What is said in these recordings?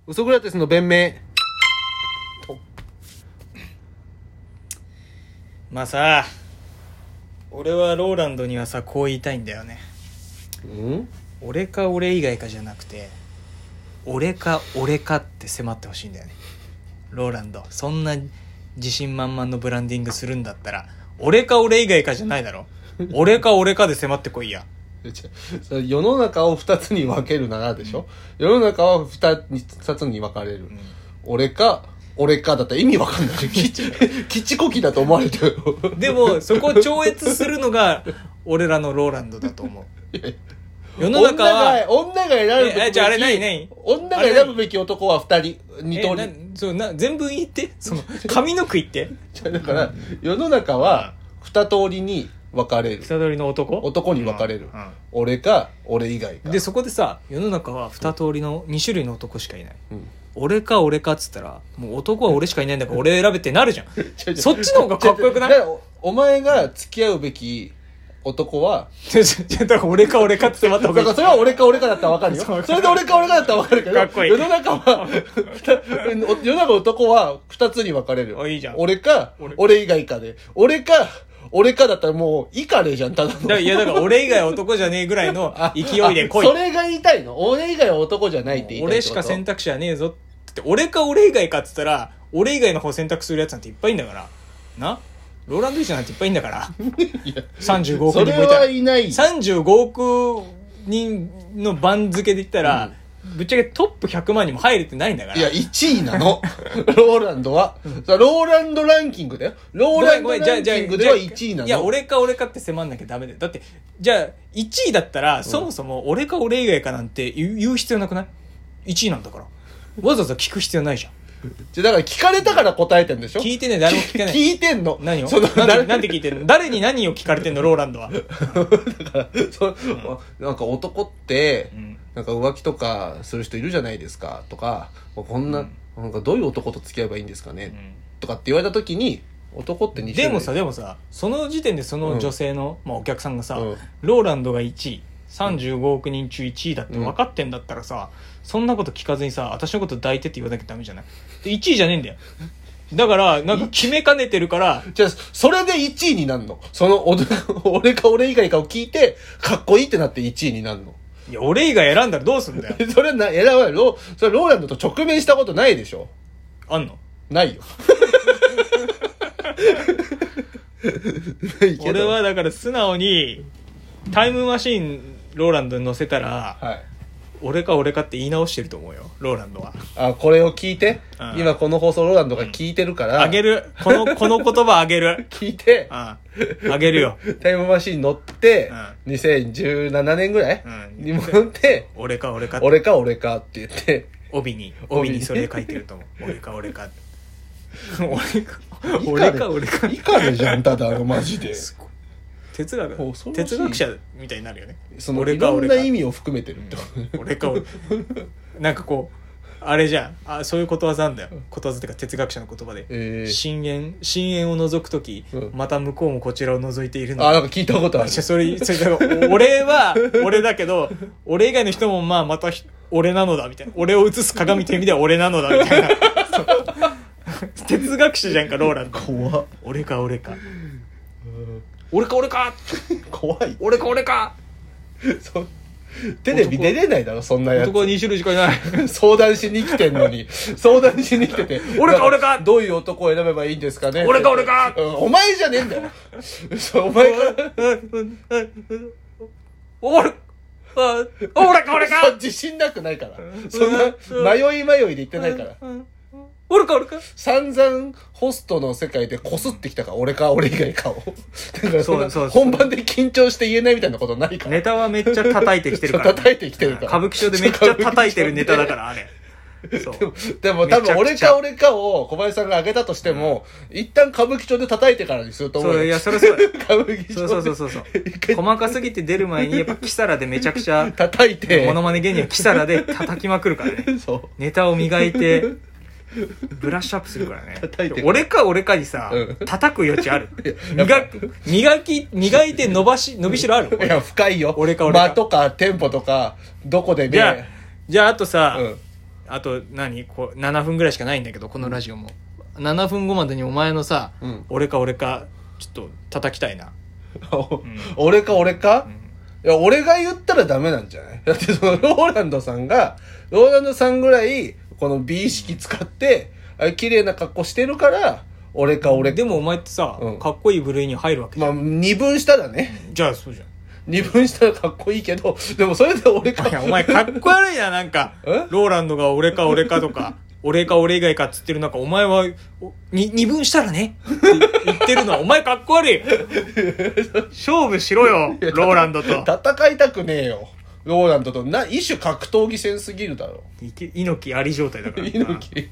ウソクラテスの弁明。 まあさ、俺はローランドにはさこう言いたいんだよね。俺か俺以外かじゃなくて、俺か俺かって迫ってほしいんだよね。ローランド、そんな自信満々のブランディングするんだったら俺か俺以外かじゃないだろ。俺か俺かで迫ってこいや。 世の中を2つに分けるならでしょ、世の中は2つに分かれる、俺か俺かだったら意味分かんない。キチコキだと思われてる。 でもそこを超越するのが俺らのローランドだと思う。世の中は女が選ぶべき、 じゃああれ何女が選ぶべき男は2人2通り。 そう全部言ってその上の句言って。 だから世の中は2通りに分かれる。 二通りの男に分かれる、俺か俺以外かで、そこでさ、世の中は2通りの2種類の男しかいない、俺か俺かっつったらもう男は俺しかいないんだから俺選べってなるじゃん。そっちの方がかっこよくない？ お前が付き合うべき男はだから俺か俺かって迫った方がいい。 だからそれは俺か俺かだったら分かるよ。それで俺か俺かだったら分かるけど、 かっこいい。 世の中は世の中男は2つに分かれる。 いいじゃん。 俺か俺以外かで、俺か俺かだったらもうイカレじゃん、ただの。 いやだから俺以外は男じゃねえぐらいの勢いで来い。 それが言いたいの？俺以外は男じゃないって言いたいってこと？ 俺しか選択肢はねえぞって。俺か俺以外かっつったら俺以外の方選択するやつなんていっぱいいんだからな。ローランド・リーチなんていっぱいいんだから35億人もいたら。 それはいない。 35億人の番付で言ったら、ぶっちゃけトップ100万にも入れてないんだから。 いや1位なのローランドは、ローランドランキングだよ。ローランドランキングでは1位なの。 いや俺か俺かって迫んなきゃダメだよ。だってじゃあ1位だったら、そもそも俺か俺以外かなんて言う必要なくない？1位なんだからわざわざ聞く必要ないじゃん。 だから聞かれたから答えてんでしょ。 聞いてね、誰も聞けない。 聞いてんの。 何をなんで聞いてんの？誰に何を聞かれてんのローランドは。 だからなんか男って、なんか浮気とかする人いるじゃないですかとか、こんな、なんかどういう男と付き合えばいいんですかね、とかって言われた時に、男って2種類。 でもさその時点でその女性の、お客さんがさ、ローランドが1位35億人中1位だって分かってんだったらさ、そんなこと聞かずにさ、私のこと抱いてって言わなきゃダメじゃない。で1位じゃねえんだよ。だからなんか決めかねてるから。 じゃあそれで1位になるの？その俺か俺以外かを聞いてかっこいいってなって1位になるの？ いや俺以外選んだらどうすんだよ。 それ選ばない。それローランドと直面したことないでしょ？ あんの？ ないよ。 俺はだから素直にタイムマシーンローランドに乗せたら、俺か俺かって言い直してると思うよローランドは。 これを聞いて、今この放送ローランドが聞いてるから、 あげるこの言葉あげる。 聞いて、 あげるよ。 タイムマシーン乗って、2017年ぐらいに戻って、 俺か俺かって言って帯にそれ書いてると思う。俺か俺か俺かイカレじゃん、ただマジで。 哲学者みたいになるよね。 そのいろんな意味を含めてるってこと。 俺かなんかこうあれじゃん。そういうことわざなんだよ。ことわざってか哲学者の言葉で、深淵を覗くとき、また向こうもこちらを覗いているの。 なんか聞いたことある。 それ俺は俺だけど、俺以外の人もまた俺なのだみたいな。俺を映す鏡って意味では俺なのだみたいな。哲学者じゃんかローランド。 怖っ。 俺か怖い。テレビ出れないだろそんなやつ。 男は2種類しかいない。 相談しに来てんのに俺かどういう男を選べばいいんですかね。 俺か、 お前じゃねえんだよ。お前が俺か自信なくないから。そんな迷いで言ってないから。 俺か散々ホストの世界でこすってきたから俺か俺以外かを。だからそんな本番で緊張して言えないみたいなことないから。 ネタはめっちゃ叩いてきてるから、 叩いてきてるから。 歌舞伎町でめっちゃ叩いてるネタだからあれ。 でも多分俺かを小林さんが挙げたとしても、一旦歌舞伎町で叩いてからにすると思うよ。 いやそれそう歌舞伎町そう細かすぎて出る前にやっぱキサラでめちゃくちゃ叩いて、 モノマネ芸人はキサラで叩きまくるからね。ネタを磨いてブラッシュアップするからね。俺かにさ、叩く余地ある？磨いて伸びしろある？ いや深いよ。 俺か間とかテンポとかどこでね。 じゃああとさ、 あとこう7分ぐらいしかないんだけどこのラジオも、7分後までにお前のさ、俺かちょっと叩きたいな、 俺か、いや俺が言ったらダメなんじゃない？だってそのローランドさんぐらいこの美意識使って綺麗な格好してるから俺か。 でもお前ってさ、かっこいい部類に入るわけじゃん。 まあ二分したらね。 じゃあそうじゃん。 二分したらかっこいいけど、でもそれで俺か。 いやお前かっこ悪いな、なんかローランドが俺かとか俺か俺以外かっつってる中、お前は二分したらねって言ってるのはお前かっこ悪い。勝負しろよローランドと。 戦いたくねえよローランドと。一種格闘技戦すぎるだろ。 猪木あり状態だからな。 猪木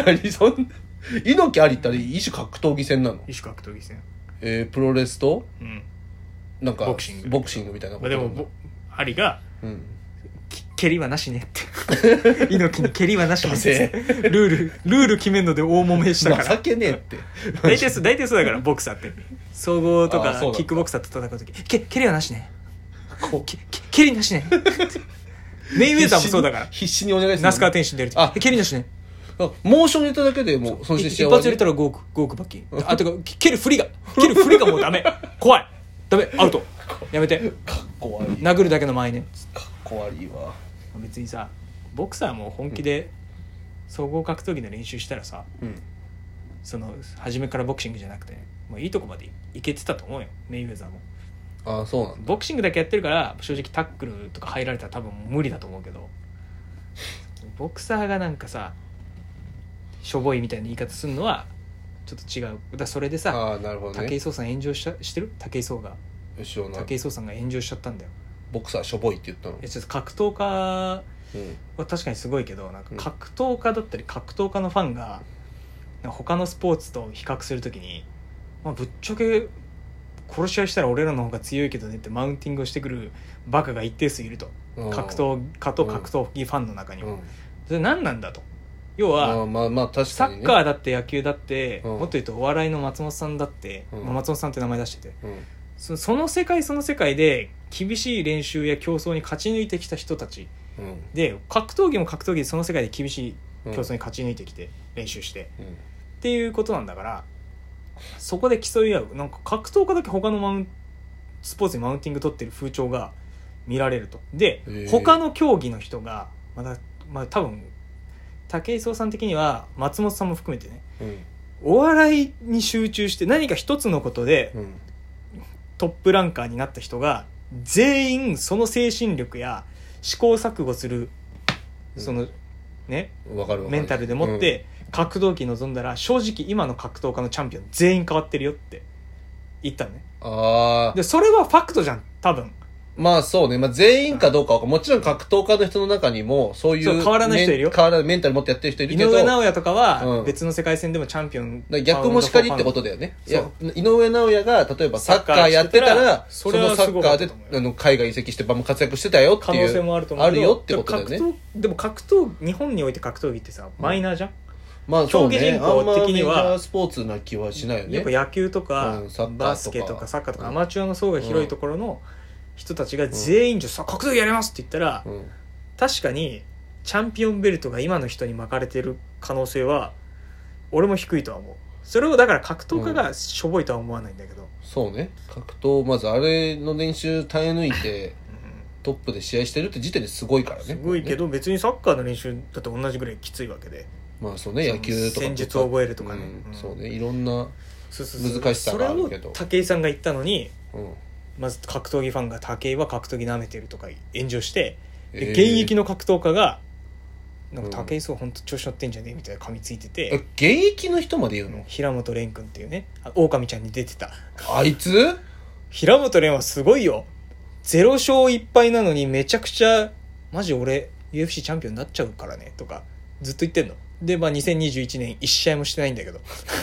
ありったら一種格闘技戦なの？ 一種格闘技戦。 プロレスとなんかボクシングみたいなこと。 でもアリが、蹴りはなしねって猪木に蹴りはなしねってルール決めんので大揉めしたから。 情けねえって大体そうだからボクサーって総合とかキックボクサーと戦う時蹴りはなしね、蹴りなしねメインウェザーもそうだから必死にお願いする。 那須川天心出る時蹴りなしね、 モーション入れただけでもうそして一発入れたら5億罰金。あ、てか蹴る振りがもうダメ、怖い、ダメ、アウト、やめて、 かっこ悪い、 殴るだけの前ね。 かっこ悪いわ。 別にさボクサーも本気で総合格闘技の練習したらさ、その初めからボクシングじゃなくてもういいとこまでいけてたと思うよメイウェザーも。 ああ、そうなんだ。 ボクシングだけやってるから正直タックルとか入られたら多分無理だと思うけど、ボクサーがなんかさしょぼいみたいな言い方するのはちょっと違う。だそれでさ、 なるほどね、 武井壮さん炎上してる？武井壮さんが炎上しちゃったんだよ。 ボクサーしょぼいって言ったの？ ちょっと格闘家は確かにすごいけど、なんか格闘家だったり格闘家のファンが他のスポーツと比較するときに、ぶっちゃけ殺し合いしたら俺らの方が強いけどねってマウンティングをしてくるバカが一定数いると、格闘家と格闘技ファンの中には、それ何なんだと。要は、 確かにね、 サッカーだって野球だって、もっと言うとお笑いの松本さんだって、松本さんって名前出してて、その世界で厳しい練習や競争に勝ち抜いてきた人たち、で格闘技も格闘技でその世界で厳しい競争に勝ち抜いてきて練習して、っていうことなんだから、そこで競い合う、なんか格闘家だけ他のスポーツにマウンティング取ってる風潮が見られると。で、他の競技の人が多分武井壮さん的には松本さんも含めてね、お笑いに集中して何か一つのことで、トップランカーになった人が全員その精神力や試行錯誤するそのね、メンタルでもって格闘技臨んだら、正直今の格闘家のチャンピオン全員変わってるよって言ったのね。でそれはファクトじゃん多分。 まあそうね、全員かどうかはもちろん格闘家の人の中にもそういう変わらない人いるよ。 変わらないメンタル持ってやってる人いるけど、 井上尚弥とかは別の世界戦でもチャンピオン、 逆もしかりってことだよね。いや、井上尚弥が例えばサッカーやってたらそのサッカーで海外移籍して活躍してたよっていう可能性もあると思う。 あるよってことだよね。 でも日本において格闘技ってさマイナーじゃん。 競技人口的にはあんまメジャースポーツな気はしないよね。 やっぱ野球とかバスケとかサッカーとかアマチュアの層が広いところの人たちが全員さ格闘技やりますって言ったら、確かにチャンピオンベルトが今の人に巻かれてる可能性は俺も低いとは思う。それをだから格闘家がしょぼいとは思わないんだけど、 そうね、格闘まずあれの練習耐え抜いてトップで試合してるって時点ですごいからね。 すごいけど別にサッカーの練習だって同じぐらいきついわけで、 そうね、野球とか戦術を覚えるとかね、 そうね、いろんな難しさがあるけど、 それを武井さんが言ったのに、まず格闘技ファンが武井は格闘技舐めてるとか炎上して、で現役の格闘家がなんか武井壮本当調子乗ってんじゃねえみたいな噛みついてて、 現役の人まで言うの？ 平本蓮君っていうね、狼ちゃんに出てたあいつ平本蓮はすごいよ。0勝1敗なのにめちゃくちゃマジ俺 UFC チャンピオンになっちゃうからねとかずっと言ってんので、2021年1試合もしてないんだけど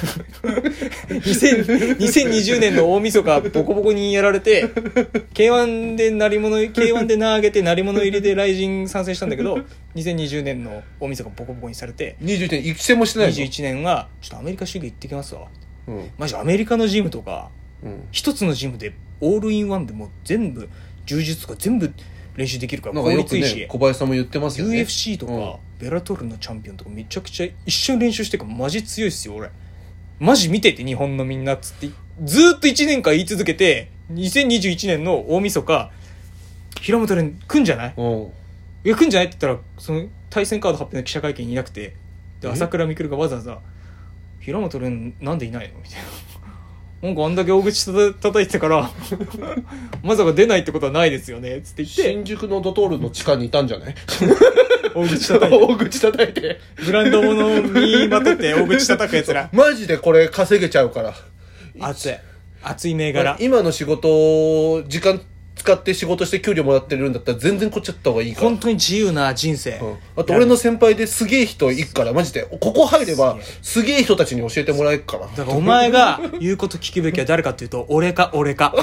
2020年の大晦日ボコボコにやられて K1 で名上げて鳴り物入りでライジン参戦したんだけど2020年の大晦日ボコボコにされて、 21年育成もしてないの 21年はちょっとアメリカ主義行ってきますわ、マジアメリカのジムとか、一つのジムでオールインワンでもう全部柔術とか全部練習できるからなんかよく効率いいし、 ね小林さんも言ってますよね UFC とか、ベラトルのチャンピオンとかめちゃくちゃ一緒に練習してるからマジ強いっすよ俺。マジ見てて日本のみんなっつってずーっと1年間言い続けて、2021年の大晦日平本蓮来んじゃない、いや来んじゃないって言ったらその対戦カード発表の記者会見にいなくて、で朝倉未来がわざわざ平本蓮なんでいないのみたいな、なんかあんだけ大口叩いてたからまさか出ないってことはないですよねつって言って新宿のドトールの地下にいたんじゃない大口叩いて大口叩いてブランド物を身まとって大口叩くやつらマジでこれ稼げちゃうから熱い銘柄。 今の仕事時間使って仕事して給料もらってるんだったら全然こっちやった方がいいから本当に自由な人生、 あと俺の先輩ですげえ人いくからマジでここ入ればすげえ人たちに教えてもらえるから。 だからお前が言うこと聞くべきは誰かっていうと俺か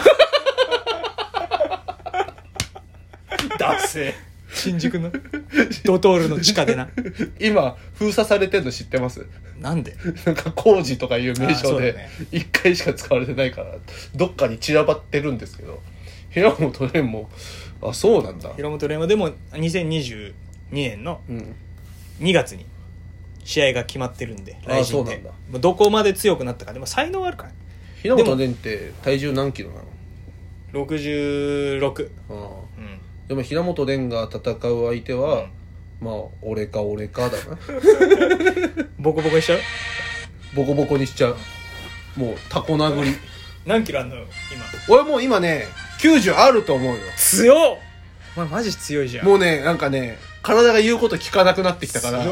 ダセ新宿のドトールの地下でな今封鎖されてんの知ってます？ なんでなんか工事とかいう名称でね 1回しか使われてないからどっかに散らばってるんですけど、平本蓮もそうなんだ。 平本蓮はでも2022年の2月に試合が決まってるんで、来そうなんだ。 どこまで強くなったかでも才能があるから。 平本蓮って体重何キロなの ？66。 でも平本蓮が戦う相手は、まあ俺かだなボコボコにしちゃう？ ボコボコにしちゃう。もうタコ殴り。 何キロあんの今？ 俺もう今ね90あると思うよ。 強っ。お前マジ強いじゃん。 もうねなんかね体が言うこと聞かなくなってきたから強っ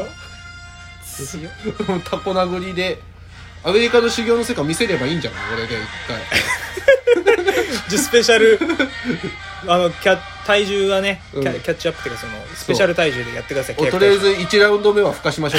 タコ殴りでアメリカの修行の成果見せればいいんじゃない俺で一回スペシャル体重はね、キャッチアップっていうかそのスペシャル体重でやってください。 とりあえず1ラウンド目はふかしましょ